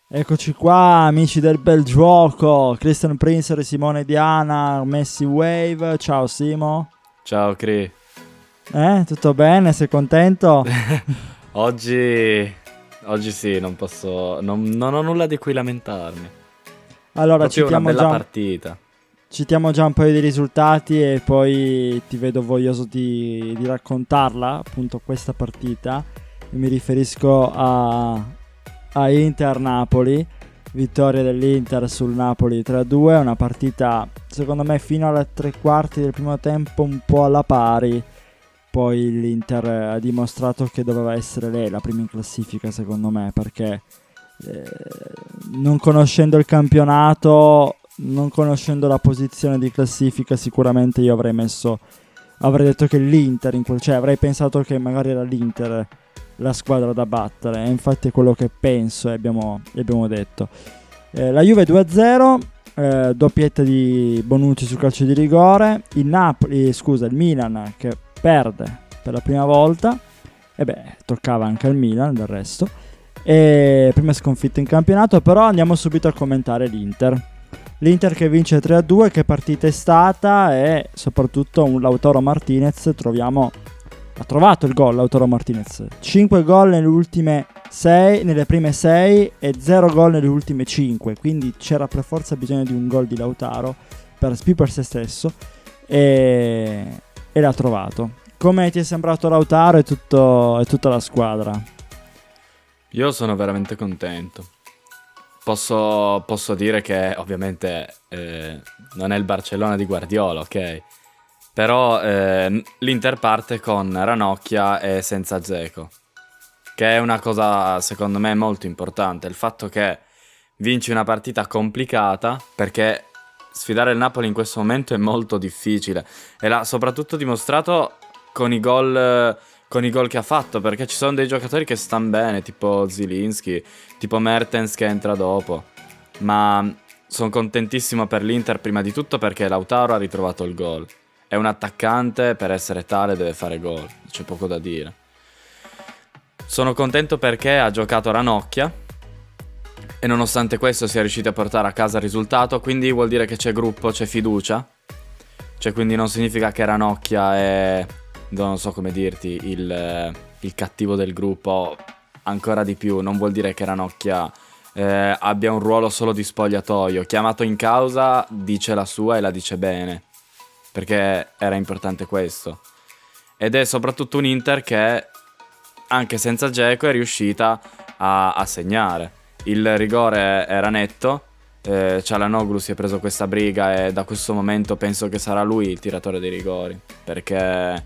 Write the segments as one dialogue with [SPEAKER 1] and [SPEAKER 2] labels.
[SPEAKER 1] Eccoci qua, amici del bel gioco. Christian Prinzer, Simone Diana, Messi Wave. Ciao Simo.
[SPEAKER 2] Ciao Cri.
[SPEAKER 1] Tutto bene? Sei contento?
[SPEAKER 2] Oggi sì, non ho nulla di cui lamentarmi.
[SPEAKER 1] Allora,
[SPEAKER 2] Proprio una bella partita.
[SPEAKER 1] citiamo già un paio di risultati e poi ti vedo voglioso di raccontarla, appunto questa partita. E mi riferisco a Inter-Napoli, vittoria dell'Inter sul Napoli 3-2, una partita secondo me fino alle tre quarti del primo tempo un po' alla pari, poi l'Inter ha dimostrato che doveva essere lei la prima in classifica secondo me, perché non conoscendo il campionato, non conoscendo la posizione di classifica, sicuramente io avrei detto che l'Inter, cioè avrei pensato che magari era l'Inter la squadra da battere, e infatti è quello che penso e abbiamo detto. La Juve 2-0, doppietta di Bonucci sul calcio di rigore, il Milan che perde per la prima volta, e beh, toccava anche al Milan del resto, e prima sconfitta in campionato. Però andiamo subito a commentare l'Inter che vince 3-2, che partita è stata, e soprattutto un Lautaro Martinez ha trovato il gol. Lautaro Martinez 5 gol nelle prime 6 e 0 gol nelle ultime 5, quindi c'era per forza bisogno di un gol di Lautaro per se stesso, e l'ha trovato. Come ti è sembrato Lautaro e tutta la squadra?
[SPEAKER 2] Io sono veramente contento. Posso dire che ovviamente non è il Barcellona di Guardiola, ok? Però l'Inter parte con Ranocchia e senza Dzeko, che è una cosa secondo me molto importante. Il fatto che vinci una partita complicata, perché sfidare il Napoli in questo momento è molto difficile, e l'ha soprattutto dimostrato con i gol che ha fatto, perché ci sono dei giocatori che stanno bene, tipo Zielinski, tipo Mertens che entra dopo. Ma sono contentissimo per l'Inter prima di tutto perché Lautaro ha ritrovato il gol. È un attaccante, per essere tale deve fare gol, c'è poco da dire. Sono contento perché ha giocato Ranocchia e nonostante questo si è riusciti a portare a casa il risultato, quindi vuol dire che c'è gruppo, c'è fiducia. Cioè, quindi non significa che Ranocchia è, non so come dirti, il cattivo del gruppo. Ancora di più, non vuol dire che Ranocchia abbia un ruolo solo di spogliatoio. Chiamato in causa, dice la sua e la dice bene, perché era importante questo. Ed è soprattutto un Inter che anche senza Dzeko è riuscita a segnare. Il rigore era netto, Çalhanoğlu si è preso questa briga e da questo momento penso che sarà lui il tiratore dei rigori, perché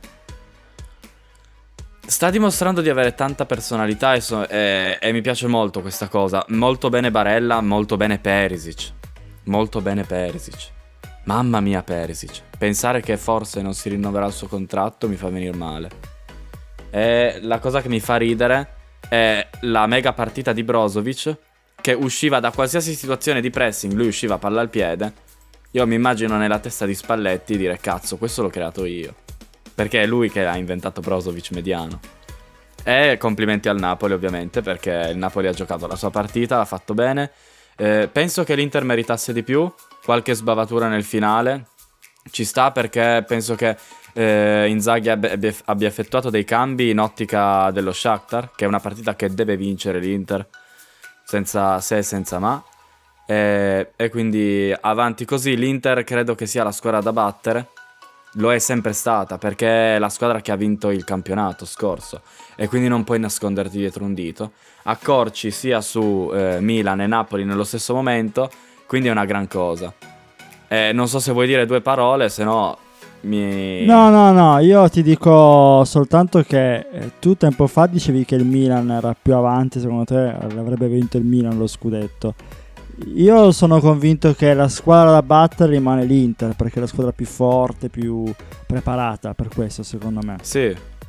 [SPEAKER 2] sta dimostrando di avere tanta personalità e mi piace molto questa cosa. Molto bene Barella, molto bene Perisic. Molto bene Perisic. Mamma mia Perisic. Pensare che forse non si rinnoverà il suo contratto mi fa venire male. E la cosa che mi fa ridere è la mega partita di Brozovic, che usciva da qualsiasi situazione di pressing, lui usciva a palla al piede. Io mi immagino nella testa di Spalletti dire cazzo, questo l'ho creato io, perché è lui che ha inventato Brozovic mediano. E complimenti al Napoli ovviamente, perché il Napoli ha giocato la sua partita, l'ha fatto bene. Penso che l'Inter meritasse di più. Qualche sbavatura nel finale ci sta, perché penso che Inzaghi abbia effettuato dei cambi in ottica dello Shakhtar, che è una partita che deve vincere l'Inter, senza se e senza ma. E quindi avanti così. L'Inter credo che sia la squadra da battere. Lo è sempre stata, perché è la squadra che ha vinto il campionato scorso, e quindi non puoi nasconderti dietro un dito. Accorci sia su Milan e Napoli nello stesso momento, quindi è una gran cosa. Non so se vuoi dire due parole, se no
[SPEAKER 1] No, io ti dico soltanto che tu tempo fa dicevi che il Milan era più avanti, secondo te avrebbe vinto il Milan lo scudetto. Io sono convinto che la squadra da battere rimane l'Inter, perché è la squadra più forte, più preparata per questo, secondo me.
[SPEAKER 2] Sì.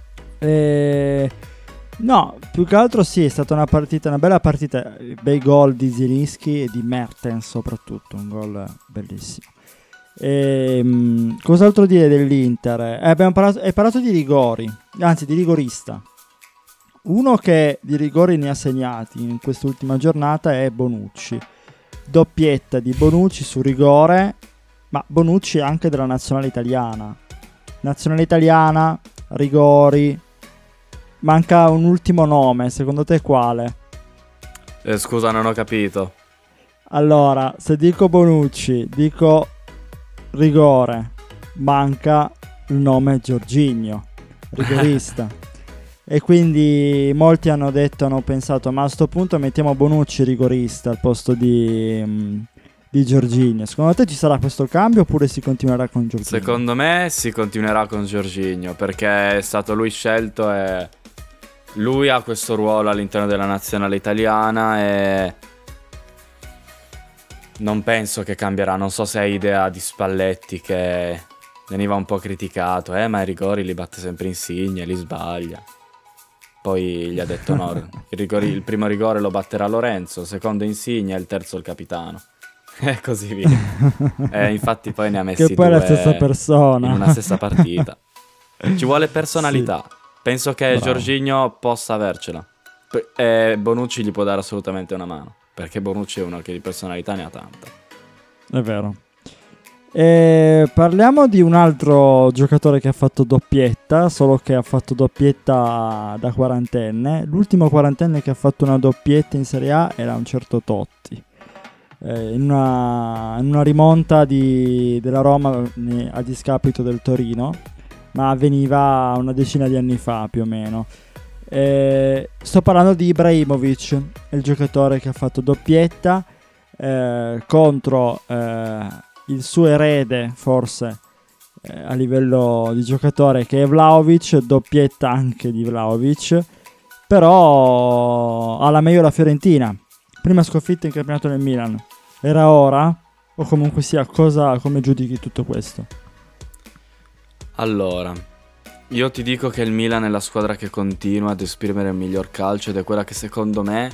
[SPEAKER 1] No, più che altro sì, è stata una bella partita, bei gol di Zielinski e di Mertens soprattutto, un gol bellissimo. Cos'altro dire dell'Inter? Hai parlato di rigori, anzi di rigorista. uno che di rigori ne ha segnati in quest'ultima giornata è Bonucci. Doppietta di Bonucci su rigore, ma Bonucci è anche della nazionale italiana. Nazionale italiana, rigori. Manca un ultimo nome, secondo te quale?
[SPEAKER 2] Scusa, non ho capito.
[SPEAKER 1] Allora, se dico Bonucci, dico rigore, manca il nome Jorginho, rigorista. E quindi molti hanno pensato, ma a sto punto mettiamo Bonucci rigorista al posto di Jorginho. Secondo te ci sarà questo cambio oppure si continuerà con Jorginho?
[SPEAKER 2] Secondo me si continuerà con Jorginho, perché è stato lui scelto e lui ha questo ruolo all'interno della nazionale italiana e non penso che cambierà. Non so se hai idea di Spalletti, che veniva un po' criticato, ma i rigori li batte sempre Insigne, li sbaglia. Poi gli ha detto no, il primo rigore lo batterà Lorenzo, il secondo Insigne e il terzo il capitano. E così via. Infatti poi ne ha messi
[SPEAKER 1] che poi
[SPEAKER 2] due
[SPEAKER 1] è la stessa persona
[SPEAKER 2] in una stessa partita. Ci vuole personalità. Sì. Penso che Jorginho possa avercela. E Bonucci gli può dare assolutamente una mano, perché Bonucci è uno che di personalità ne ha tanta.
[SPEAKER 1] È vero. Parliamo di un altro giocatore che ha fatto doppietta, solo che ha fatto doppietta da quarantenne. L'ultimo quarantenne che ha fatto una doppietta in Serie A era un certo Totti, in una rimonta della Roma a discapito del Torino, ma avveniva una decina di anni fa più o meno. Sto parlando di Ibrahimovic, il giocatore che ha fatto doppietta contro il suo erede forse a livello di giocatore, che è Vlahovic, doppietta anche di Vlahovic, però alla meglio la Fiorentina, prima sconfitta in campionato nel Milan. Era ora? O comunque sia, come giudichi tutto questo?
[SPEAKER 2] Allora, io ti dico che il Milan è la squadra che continua ad esprimere il miglior calcio ed è quella che secondo me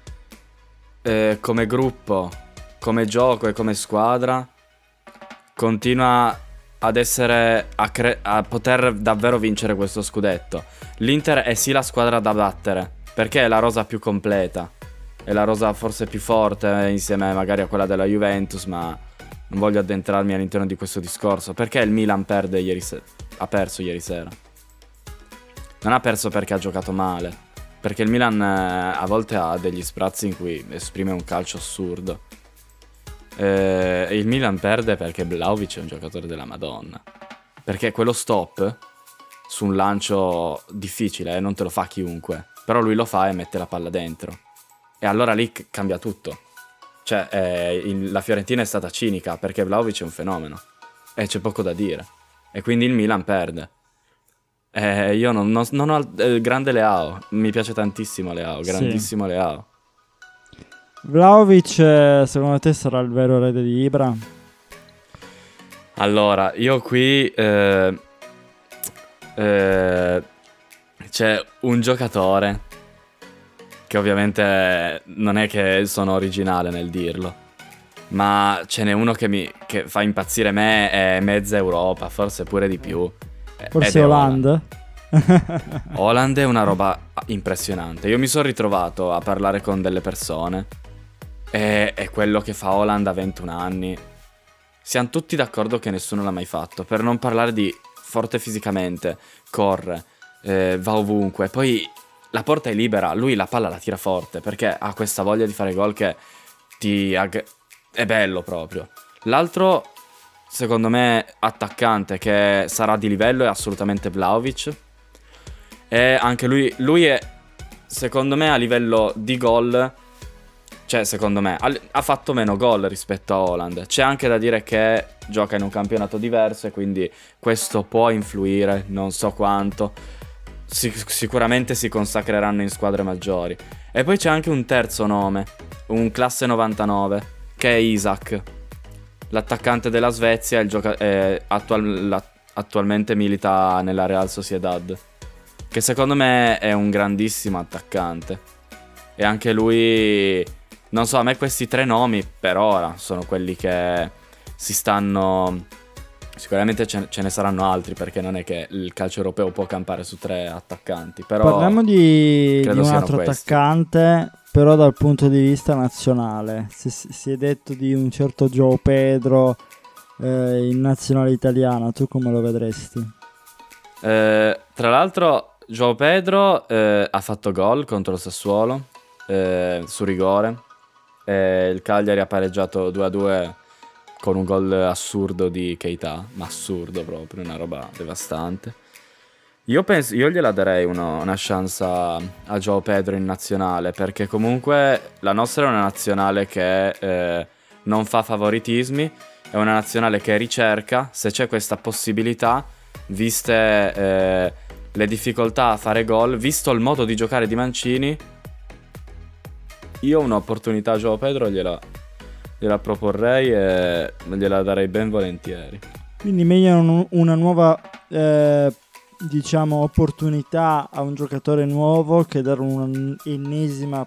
[SPEAKER 2] come gruppo, come gioco e come squadra continua ad essere a poter davvero vincere questo scudetto. L'Inter è sì la squadra da battere, perché è la rosa più completa, è la rosa forse più forte insieme magari a quella della Juventus, ma non voglio addentrarmi all'interno di questo discorso. Perché il Milan ha perso ieri sera? Non ha perso perché ha giocato male, perché il Milan a volte ha degli sprazzi in cui esprime un calcio assurdo. Il Milan perde perché Vlahovic è un giocatore della Madonna, perché quello stop su un lancio difficile non te lo fa chiunque, però lui lo fa e mette la palla dentro, e allora lì cambia tutto. Cioè la Fiorentina è stata cinica perché Vlahovic è un fenomeno e c'è poco da dire, e quindi il Milan perde. Io non ho grande Leao, mi piace tantissimo Leao, grandissimo sì. Leao.
[SPEAKER 1] Vlahovic secondo te sarà il vero erede di Ibra?
[SPEAKER 2] Allora, io qui c'è un giocatore che ovviamente non è che sono originale nel dirlo, ma ce n'è uno che fa impazzire me e mezza Europa, forse pure di più.
[SPEAKER 1] Forse Haaland?
[SPEAKER 2] Haaland è una roba impressionante. Io mi sono ritrovato a parlare con delle persone e quello che fa Haaland a 21 anni siamo tutti d'accordo che nessuno l'ha mai fatto, per non parlare di forte fisicamente, corre, va ovunque, poi la porta è libera, lui la palla la tira forte perché ha questa voglia di fare gol che è bello proprio. L'altro secondo me attaccante che sarà di livello è assolutamente Vlahovic, e anche lui è secondo me a livello di gol, cioè secondo me ha fatto meno gol rispetto a Haaland. C'è anche da dire che gioca in un campionato diverso e quindi questo può influire, non so quanto. Sicuramente si consacreranno in squadre maggiori. E poi c'è anche un terzo nome, un classe 99, che è Isak, l'attaccante della Svezia, attualmente milita nella Real Sociedad, che secondo me è un grandissimo attaccante. E anche lui, non so, a me questi tre nomi per ora sono quelli che si stanno Sicuramente ce ne saranno altri, perché non è che il calcio europeo può campare su 3 attaccanti. Però
[SPEAKER 1] parliamo di un altro
[SPEAKER 2] questi.
[SPEAKER 1] attaccante, però dal punto di vista nazionale. Si è detto di un certo João Pedro in nazionale italiana, tu come lo vedresti?
[SPEAKER 2] Tra l'altro João Pedro ha fatto gol contro il Sassuolo su rigore. Il Cagliari ha pareggiato 2-2 con un gol assurdo di Keita, ma assurdo proprio, una roba devastante. Io gliela darei una chance a João Pedro in nazionale, perché comunque la nostra è una nazionale che non fa favoritismi, è una nazionale che ricerca, se c'è questa possibilità, viste le difficoltà a fare gol, visto il modo di giocare di Mancini, io un'opportunità a João Pedro gliela proporrei e gliela darei ben volentieri. Quindi
[SPEAKER 1] meglio una nuova diciamo opportunità a un giocatore nuovo che dare un'ennesima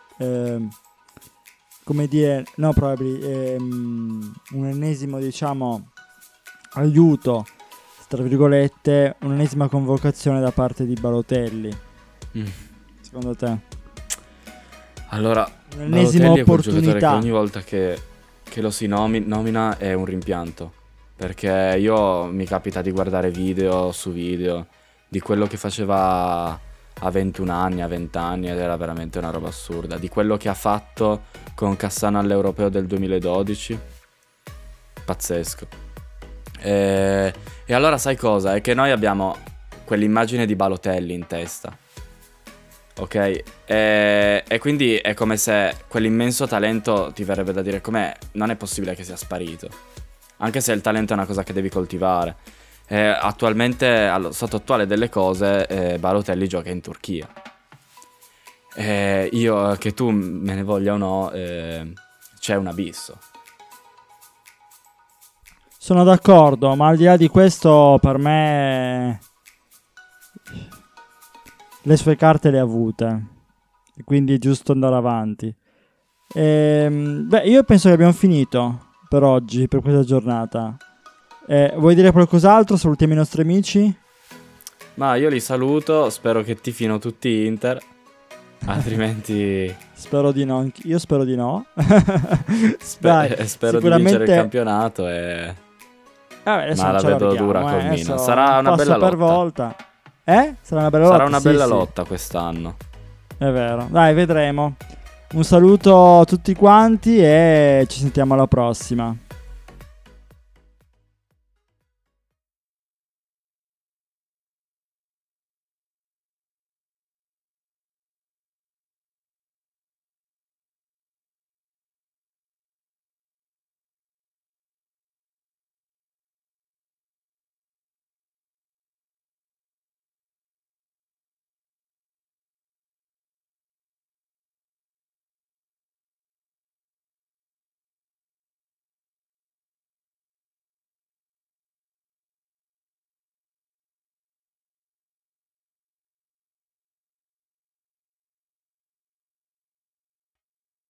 [SPEAKER 1] come dire, no, un ennesimo diciamo aiuto, tra virgolette, un'ennesima convocazione da parte di Balotelli. Secondo te?
[SPEAKER 2] Allora, un'ennesima opportunità. Che ogni volta che lo si nomina è un rimpianto, perché mi capita di guardare video su video di quello che faceva a 21 anni, a 20 anni, ed era veramente una roba assurda, di quello che ha fatto con Cassano all'Europeo del 2012, pazzesco. E allora sai cosa? È che noi abbiamo quell'immagine di Balotelli in testa, ok? E quindi è come se quell'immenso talento, ti verrebbe da dire, com'è, non è possibile che sia sparito, anche se il talento è una cosa che devi coltivare. Attualmente, allo stato attuale delle cose, Balotelli gioca in Turchia. Io, che tu me ne voglia o no, c'è un abisso.
[SPEAKER 1] Sono d'accordo, ma al di là di questo, per me le sue carte le ha avute, quindi è giusto andare avanti. Io penso che abbiamo finito per oggi, per questa giornata. Vuoi dire qualcos'altro? Salutiamo i nostri amici.
[SPEAKER 2] Ma io li saluto, spero che tifino tutti Inter, altrimenti
[SPEAKER 1] spero di no, io spero di no.
[SPEAKER 2] Spero di vincere il campionato e ma la vedo dura col Milan. Sarà una bella lotta per volta.
[SPEAKER 1] Sarà una bella lotta.
[SPEAKER 2] Sarà una bella lotta quest'anno.
[SPEAKER 1] È vero. Dai, vedremo. Un saluto a tutti quanti e ci sentiamo alla prossima.